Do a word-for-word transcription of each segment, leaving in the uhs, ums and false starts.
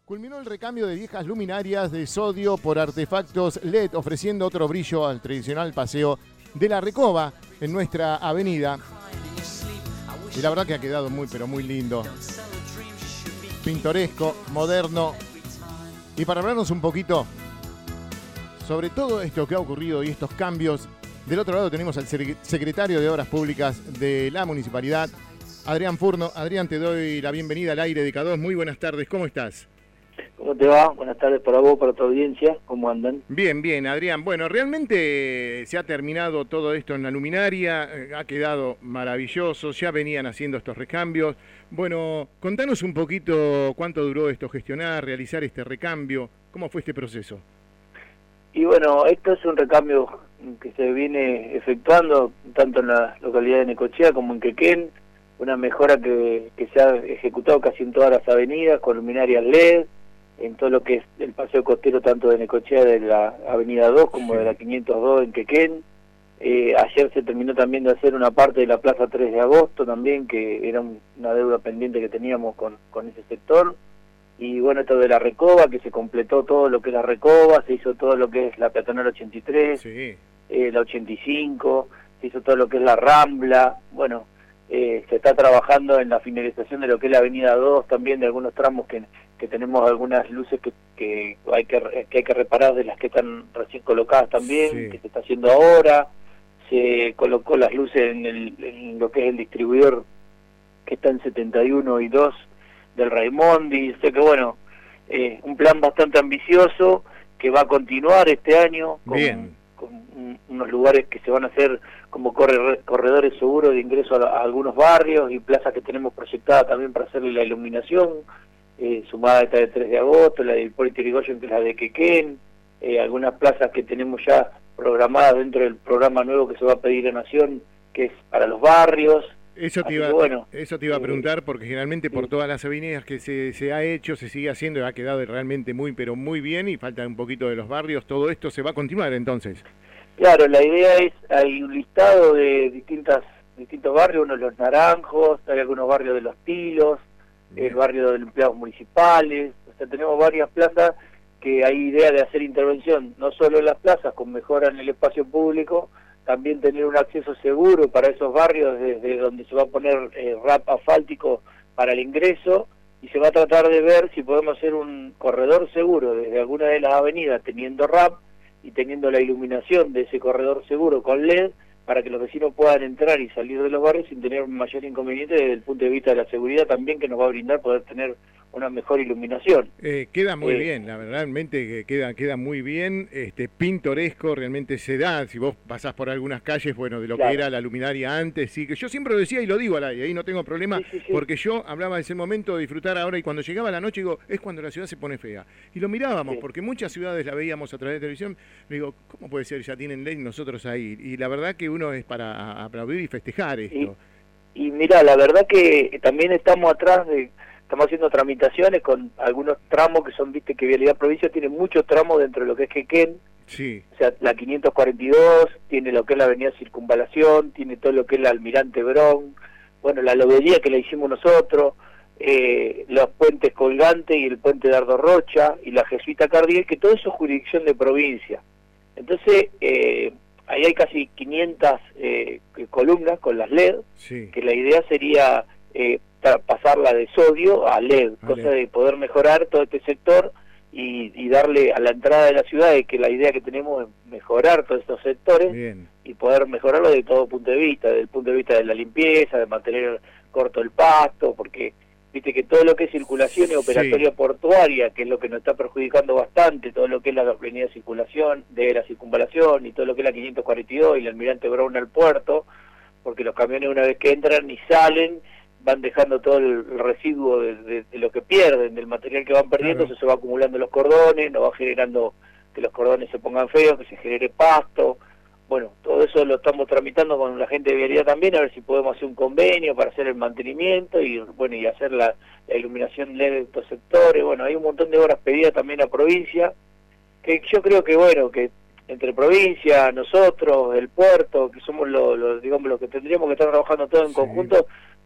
Culminó el recambio de viejas luminarias de sodio por artefactos L E D, ofreciendo otro brillo al tradicional paseo de la Recoba en nuestra avenida. Y la verdad que ha quedado muy, pero muy lindo. Pintoresco, moderno. Y para hablarnos un poquito sobre todo esto que ha ocurrido y estos cambios, del otro lado tenemos al secretario de Obras Públicas de la Municipalidad, Adrián Furno. Adrián, te doy la bienvenida al aire de K dos. Muy buenas tardes, ¿cómo estás? ¿Cómo te va? Buenas tardes para vos, para tu audiencia. ¿Cómo andan? Bien, bien, Adrián. Bueno, realmente se ha terminado todo esto en la luminaria, ha quedado maravilloso, ya venían haciendo estos recambios. Bueno, contanos un poquito cuánto duró esto gestionar, realizar este recambio, ¿cómo fue este proceso? Y bueno, esto es un recambio que se viene efectuando tanto en la localidad de Necochea como en Quequén, una mejora que, que se ha ejecutado casi en todas las avenidas con luminarias L E D, en todo lo que es el paseo costero tanto de Necochea de la avenida dos como sí. de la quinientos dos en Quequén. Eh, ayer se terminó también de hacer una parte de la plaza tres de agosto también, que era un, una deuda pendiente que teníamos con, con ese sector. Y bueno, esto de la Recoba, que se completó todo lo que es la Recoba, se hizo todo lo que es la peatonal ochenta y tres, sí. eh, la ochenta y cinco, se hizo todo lo que es la Rambla. Bueno, eh, se está trabajando en la finalización de lo que es la avenida dos también, de algunos tramos que, que tenemos algunas luces que, que, hay que, que hay que reparar de las que están recién colocadas también, sí. que se está haciendo ahora. Se colocó las luces en, el, en lo que es el distribuidor que está en setenta y uno y dos del Raimondi. Sé que bueno, eh, un plan bastante ambicioso que va a continuar este año con, Bien. con un, unos lugares que se van a hacer como corre, corredores seguros de ingreso a, a algunos barrios y plazas que tenemos proyectadas también para hacerle la iluminación, eh, sumada a esta de tres de agosto, la de Hipólito Yrigoyen, que es la de Quequén, eh, algunas plazas que tenemos ya programadas dentro del programa nuevo que se va a pedir a Nación, que es para los barrios. Eso te, iba, bueno, eso te iba a preguntar, porque generalmente por sí. todas las avenidas que se, se ha hecho, se sigue haciendo y ha quedado realmente muy, pero muy bien, y falta un poquito de los barrios. ¿Todo esto se va a continuar entonces? Claro, la idea es, hay un listado de distintas distintos barrios, uno de los Naranjos, hay algunos barrios de los Tilos, bien. el barrio de los empleados municipales, o sea, tenemos varias plazas que hay idea de hacer intervención, no solo en las plazas, con mejora en el espacio público, también tener un acceso seguro para esos barrios desde donde se va a poner eh, rap asfáltico para el ingreso, y se va a tratar de ver si podemos hacer un corredor seguro desde alguna de las avenidas teniendo rap y teniendo la iluminación de ese corredor seguro con L E D para que los vecinos puedan entrar y salir de los barrios sin tener mayor inconveniente desde el punto de vista de la seguridad también, que nos va a brindar poder tener una mejor iluminación. Eh, queda muy eh, bien, la verdad, realmente queda queda muy bien, este pintoresco, realmente se da, si vos pasás por algunas calles, bueno, de lo claro. que era la luminaria antes, sí, que yo siempre lo decía y lo digo al aire, ahí no tengo problema, sí, sí, sí. porque yo hablaba de ese momento de disfrutar ahora, y cuando llegaba la noche, digo, es cuando la ciudad se pone fea. Y lo mirábamos, sí. porque muchas ciudades la veíamos a través de televisión, digo, ¿cómo puede ser? Ya tienen ley, nosotros ahí. Y la verdad que uno es para aplaudir y festejar esto. Y, y mira, la verdad que también estamos atrás de... Estamos haciendo tramitaciones con algunos tramos que son, viste, que Vialidad Provincia tiene muchos tramos dentro de lo que es Quequén. Sí. O sea, la quinientos cuarenta y dos, tiene lo que es la avenida Circunvalación, tiene todo lo que es la Almirante Brown, bueno, la lobería que la hicimos nosotros, eh, los puentes colgantes y el puente Dardo Rocha y la Jesuita Cardiel, que todo eso es jurisdicción de provincia. Entonces, eh, ahí hay casi quinientas eh, columnas con las L E D, sí. que la idea sería... Eh, pasarla de sodio a L E D, vale. cosa de poder mejorar todo este sector y, y darle a la entrada de la ciudad, de que la idea que tenemos es mejorar todos estos sectores Bien. y poder mejorarlo de todo punto de vista, desde el punto de vista de la limpieza, de mantener corto el pasto, porque viste que todo lo que es circulación y operatoria sí. portuaria, que es lo que nos está perjudicando bastante, todo lo que es la avenida de circulación, de la circunvalación y todo lo que es la quinientos cuarenta y dos y el Almirante Brown al puerto, porque los camiones una vez que entran y salen van dejando todo el residuo de, de, de lo que pierden, del material que van perdiendo, claro. eso se va acumulando en los cordones, nos va generando que los cordones se pongan feos, que se genere pasto. Bueno, todo eso lo estamos tramitando con la gente de Vialidad también, a ver si podemos hacer un convenio para hacer el mantenimiento y bueno y hacer la, la iluminación L E D de estos sectores. Bueno, hay un montón de obras pedidas también a provincia, que yo creo que bueno, que entre provincia, nosotros, el puerto, que somos los, lo, digamos, los que tendríamos que estar trabajando todos en sí. conjunto,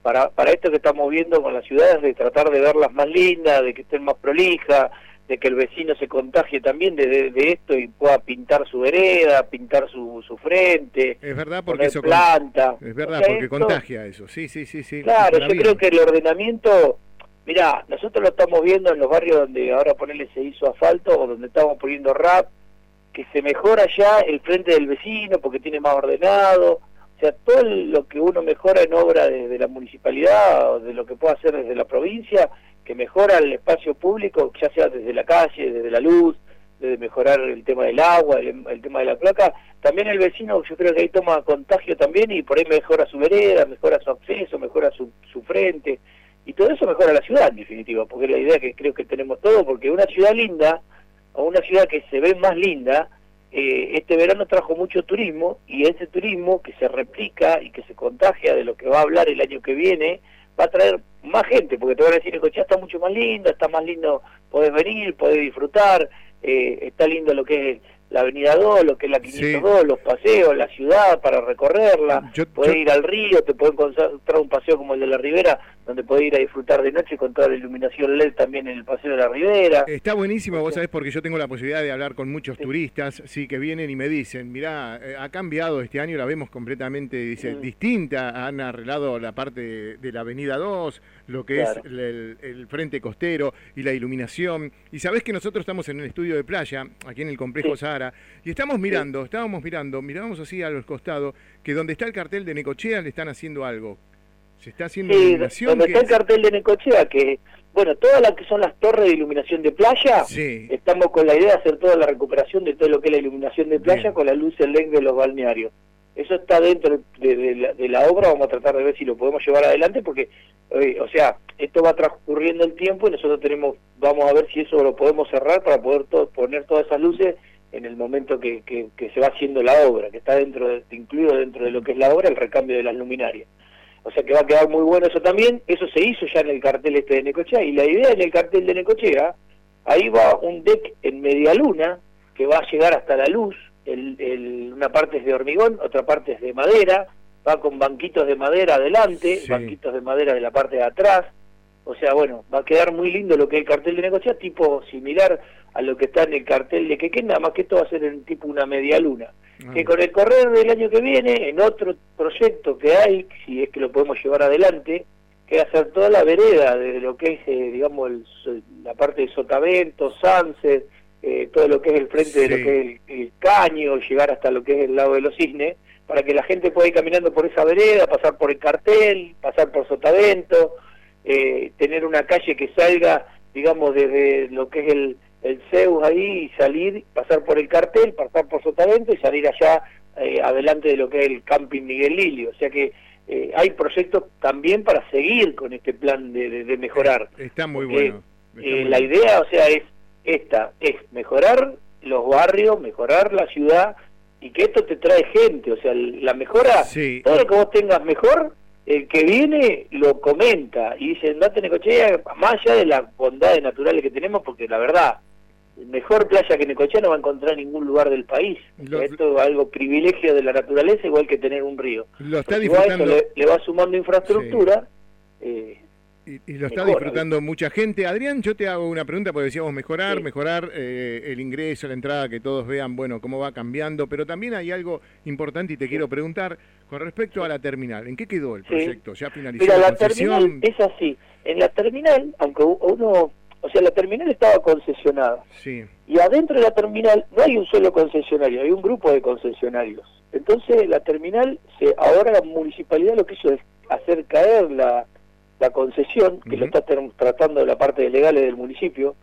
para, para esto que estamos viendo con las ciudades, de tratar de verlas más lindas, de que estén más prolijas, de que el vecino se contagie también de, de, de esto y pueda pintar su vereda, pintar su, su frente, es verdad, porque eso planta. Es verdad, o sea, porque esto, contagia eso, sí, sí, sí, sí. Claro, yo creo que el ordenamiento, mirá, nosotros lo estamos viendo en los barrios donde ahora ponerle se hizo asfalto o donde estamos poniendo rap, que se mejora ya el frente del vecino porque tiene más ordenado. O sea, todo lo que uno mejora en obra de, de la municipalidad o de lo que pueda hacer desde la provincia, que mejora el espacio público, ya sea desde la calle, desde la luz, desde mejorar el tema del agua, el, el tema de la placa, también el vecino yo creo que ahí toma contagio también y por ahí mejora su vereda, mejora su acceso, mejora su, su frente, y todo eso mejora la ciudad en definitiva, porque es la idea que creo que tenemos todos, porque una ciudad linda, o una ciudad que se ve más linda, eh, este verano trajo mucho turismo, y ese turismo que se replica y que se contagia de lo que va a hablar el año que viene, va a traer más gente, porque te van a decir, Necochea está mucho más lindo, está más lindo, podés venir, podés disfrutar, eh, está lindo lo que es la avenida dos, lo que es la quinientos dos, sí. Los paseos, la ciudad para recorrerla, yo, podés yo... ir al río, te podés encontrar un paseo como el de la Ribera, donde podés ir a disfrutar de noche con toda la iluminación L E D también en el paseo de la Ribera. Está buenísimo, vos sabés, porque yo tengo la posibilidad de hablar con muchos sí. turistas, sí, que vienen y me dicen, mirá, eh, ha cambiado este año, la vemos completamente dice, mm. distinta, han arreglado la parte de, de la avenida dos, lo que claro. es el, el, el frente costero y la iluminación, y sabés que nosotros estamos en el estudio de playa, aquí en el complejo sí. Sahara, y estamos mirando, sí. estábamos mirando, mirábamos así a los costados, que donde está el cartel de Necochea le están haciendo algo. Se está haciendo sí, iluminación. Donde está es... el cartel de Necochea, que, bueno, todas las que son las torres de iluminación de playa, sí. estamos con la idea de hacer toda la recuperación de todo lo que es la iluminación de playa Bien. Con la luz L E D de los balnearios. Eso está dentro de, de, la, de la obra, vamos a tratar de ver si lo podemos llevar adelante, porque, eh, o sea, esto va transcurriendo el tiempo y nosotros tenemos, vamos a ver si eso lo podemos cerrar para poder to poner todas esas luces en el momento que, que, que se va haciendo la obra, que está dentro de, incluido dentro de lo que es la obra, el recambio de las luminarias. O sea que va a quedar muy bueno eso también. Eso se hizo ya en el cartel este de Necochea, y la idea en el cartel de Necochea, ahí va un deck en media luna, que va a llegar hasta la luz, el, el, una parte es de hormigón, otra parte es de madera, va con banquitos de madera adelante, sí. banquitos de madera de la parte de atrás. O sea, bueno, va a quedar muy lindo lo que es el cartel de Necochea, tipo similar a lo que está en el cartel de Quequén, nada más que esto va a ser en tipo una media luna. Ah. Que con el correr del año que viene, en otro proyecto que hay, si es que lo podemos llevar adelante, que es hacer toda la vereda de lo que es, eh, digamos, el, la parte de Sotavento, Sunset, eh, todo lo que es el frente sí. de lo que es el, el caño, llegar hasta lo que es el lado de los cisnes, para que la gente pueda ir caminando por esa vereda, pasar por el cartel, pasar por Sotavento, eh, tener una calle que salga, digamos, desde lo que es el el Zeus ahí, y salir, pasar por el cartel, pasar por Sotavento y salir allá eh, adelante de lo que es el Camping Miguel Lilio. O sea que eh, hay proyectos también para seguir con este plan de, de, de mejorar. Está muy Porque, bueno. Está eh, muy la bueno. idea, o sea, es esta, es mejorar los barrios, mejorar la ciudad, y que esto te trae gente. O sea, la mejora, sí. todo lo que vos tengas mejor, el que viene lo comenta y dice, andate Necochea, más allá de las bondades naturales que tenemos, porque la verdad, mejor playa que Necochea no va a encontrar en ningún lugar del país. Lo, esto es algo privilegio de la naturaleza, igual que tener un río. Lo está disfrutando. Le, le va sumando infraestructura. Sí. Eh, y, y lo está mejora, disfrutando ¿sí? mucha gente. Adrián, yo te hago una pregunta, porque decíamos mejorar, sí. mejorar eh, el ingreso, la entrada, que todos vean, bueno, cómo va cambiando, pero también hay algo importante y te sí. quiero preguntar con respecto sí. a la terminal. ¿En qué quedó el proyecto? Sí. ¿Ya finalizó Mira, la, la terminal es así. En la terminal, aunque uno... O sea, la terminal estaba concesionada. Sí. Y adentro de la terminal no hay un solo concesionario, hay un grupo de concesionarios. Entonces, la terminal, se ahora la municipalidad lo que hizo es hacer caer la, la concesión, que uh-huh. lo está tratando de la parte de legales del municipio,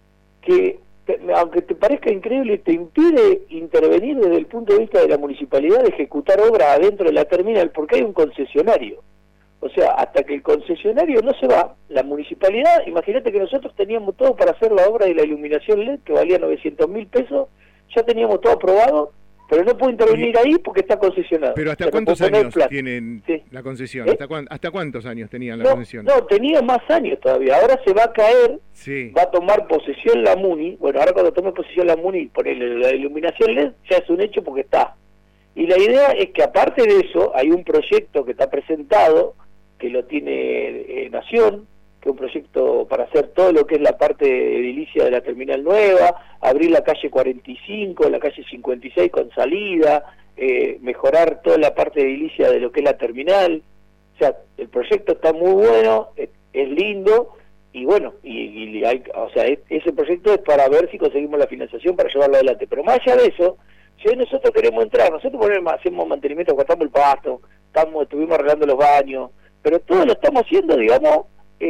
que, te, aunque te parezca increíble, te impide intervenir desde el punto de vista de la municipalidad de ejecutar obra adentro de la terminal, porque hay un concesionario. O sea, hasta que el concesionario no se va, la municipalidad, imagínate que nosotros teníamos todo para hacer la obra de la iluminación L E D, que valía novecientos mil pesos, ya teníamos todo aprobado, pero no puede intervenir ahí porque está concesionado. ¿Pero hasta cuántos años tienen sí. la concesión? ¿Eh? ¿Hasta, cu ¿Hasta cuántos años tenían la no, concesión? No, tenía más años todavía. Ahora se va a caer, sí. va a tomar posesión la MUNI. Bueno, ahora cuando tome posesión la MUNI, ponerle la iluminación L E D, ya es un hecho porque está. Y la idea es que aparte de eso, hay un proyecto que está presentado, que lo tiene eh, Nación, que es un proyecto para hacer todo lo que es la parte edilicia de la terminal nueva, abrir la calle cuarenta y cinco, la calle cincuenta y seis con salida, eh, mejorar toda la parte edilicia de lo que es la terminal. O sea, el proyecto está muy bueno, es, es lindo, y bueno, y, y hay, o sea, es, ese proyecto es para ver si conseguimos la financiación para llevarlo adelante. Pero más allá de eso, si hoy nosotros queremos entrar, nosotros ponemos, hacemos mantenimiento, cortamos el pasto, estamos, estuvimos arreglando los baños, pero todo lo estamos haciendo, digamos,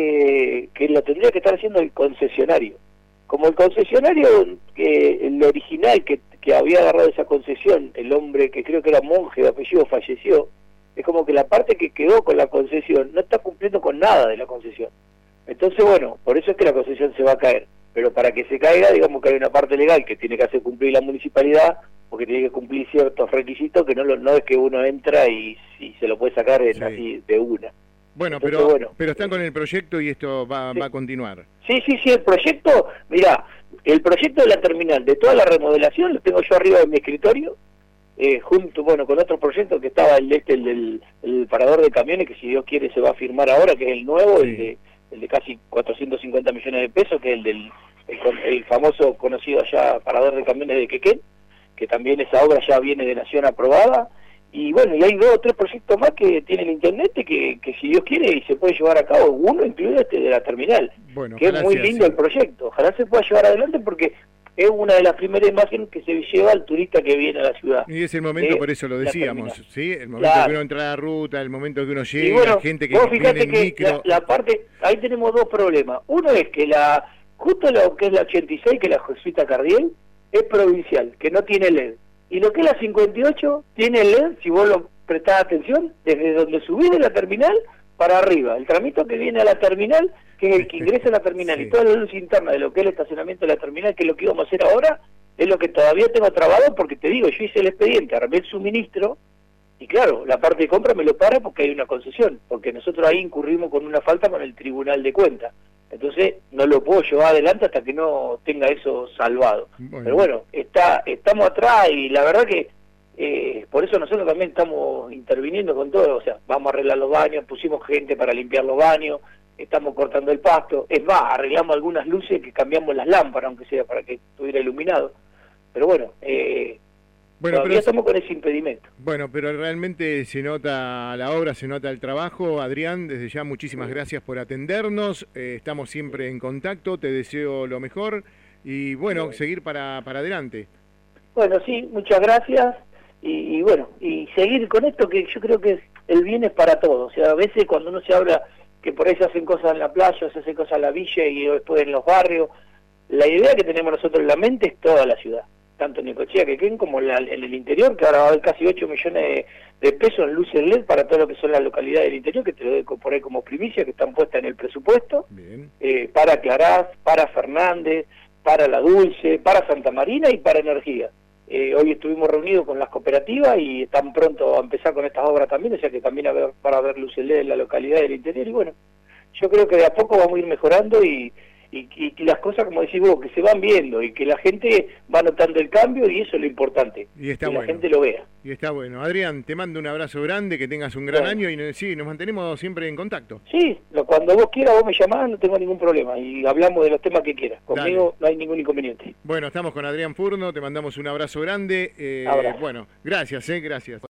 eh, que lo tendría que estar haciendo el concesionario. Como el concesionario, que el original que, que había agarrado esa concesión, el hombre que creo que era monje de apellido falleció, es como que la parte que quedó con la concesión no está cumpliendo con nada de la concesión. Entonces, bueno, por eso es que la concesión se va a caer. Pero para que se caiga, digamos que hay una parte legal que tiene que hacer cumplir la municipalidad, porque tiene que cumplir ciertos requisitos que no lo, no es que uno entra y, y se lo puede sacar en, sí. así de una. Bueno, Entonces, pero bueno, pero están con el proyecto y esto va, sí. va a continuar. Sí, sí, sí, el proyecto, mirá, el proyecto de la terminal, de toda la remodelación, lo tengo yo arriba de mi escritorio, eh, junto, bueno, con otro proyecto que estaba el este, el del el parador de camiones, que si Dios quiere se va a firmar ahora, que es el nuevo, sí. el de el de casi cuatrocientos cincuenta millones de pesos, que es el del el, el famoso conocido allá parador de camiones de Quequén, que también esa obra ya viene de Nación aprobada. Y bueno, y hay dos o tres proyectos más que tiene el intendente que, que si Dios quiere y se puede llevar a cabo, uno incluido este de la terminal, bueno, que es muy lindo el proyecto. Ojalá se pueda llevar adelante porque es una de las primeras imágenes que se lleva al turista que viene a la ciudad. Y es el momento, eh, por eso lo decíamos, ¿sí? El momento claro. que uno entra a la ruta, el momento que uno llega, bueno, la gente que vos viene en que micro. La, la parte, ahí tenemos dos problemas. Uno es que la justo lo que es la ochenta y seis, que es la Josefita Cardiel, es provincial, que no tiene L E D. Y lo que es la cincuenta y ocho tiene L E D, si vos lo prestás atención, desde donde subís de la terminal para arriba. El tramito que viene a la terminal, que es el que ingresa a la terminal, sí. y toda la luz interna de lo que es el estacionamiento de la terminal, que es lo que íbamos a hacer ahora, es lo que todavía tengo trabado, porque te digo, yo hice el expediente, armé el suministro, y claro, la parte de compra me lo para porque hay una concesión, porque nosotros ahí incurrimos con una falta con el Tribunal de Cuentas. Entonces no lo puedo llevar adelante hasta que no tenga eso salvado. Bueno. Pero bueno, está estamos atrás y la verdad que eh, por eso nosotros también estamos interviniendo con todo. O sea, vamos a arreglar los baños, pusimos gente para limpiar los baños, estamos cortando el pasto. Es más, arreglamos algunas luces que cambiamos las lámparas, aunque sea para que estuviera iluminado. Pero bueno, eh, Bueno, todavía pero, estamos con ese impedimento. Bueno, pero realmente se nota la obra, se nota el trabajo. Adrián, desde ya muchísimas gracias por atendernos. Eh, estamos siempre en contacto, te deseo lo mejor y bueno, bueno. seguir para, para adelante. Bueno, sí, muchas gracias y, y bueno, y seguir con esto que yo creo que el bien es para todos. O sea, a veces cuando uno se habla que por ahí se hacen cosas en la playa, se hacen cosas en la villa y después en los barrios, la idea que tenemos nosotros en la mente es toda la ciudad. Tanto en Necochea, Quequén, como en, la, en el interior, que ahora va a haber casi ocho millones de, de pesos en luces L E D para todo lo que son las localidades del interior, que te lo doy por ahí como primicia, que están puestas en el presupuesto, eh, para Clarás, para Fernández, para La Dulce, para Santa Marina y para Energía. Eh, hoy estuvimos reunidos con las cooperativas y están pronto a empezar con estas obras también, o sea que también a ver, para ver luces L E D en la localidad del interior, y bueno, yo creo que de a poco vamos a ir mejorando y... Y, y, y las cosas, como decís vos, que se van viendo y que la gente va notando el cambio y eso es lo importante, y está que bueno. la gente lo vea. Y está bueno. Adrián, te mando un abrazo grande, que tengas un gran bueno. año y sí, nos mantenemos siempre en contacto. Sí, lo, cuando vos quieras, vos me llamás, no tengo ningún problema y hablamos de los temas que quieras. Conmigo Dale. No hay ningún inconveniente. Bueno, estamos con Adrián Furno, te mandamos un abrazo grande. Eh, abrazo. Bueno, gracias, eh, gracias.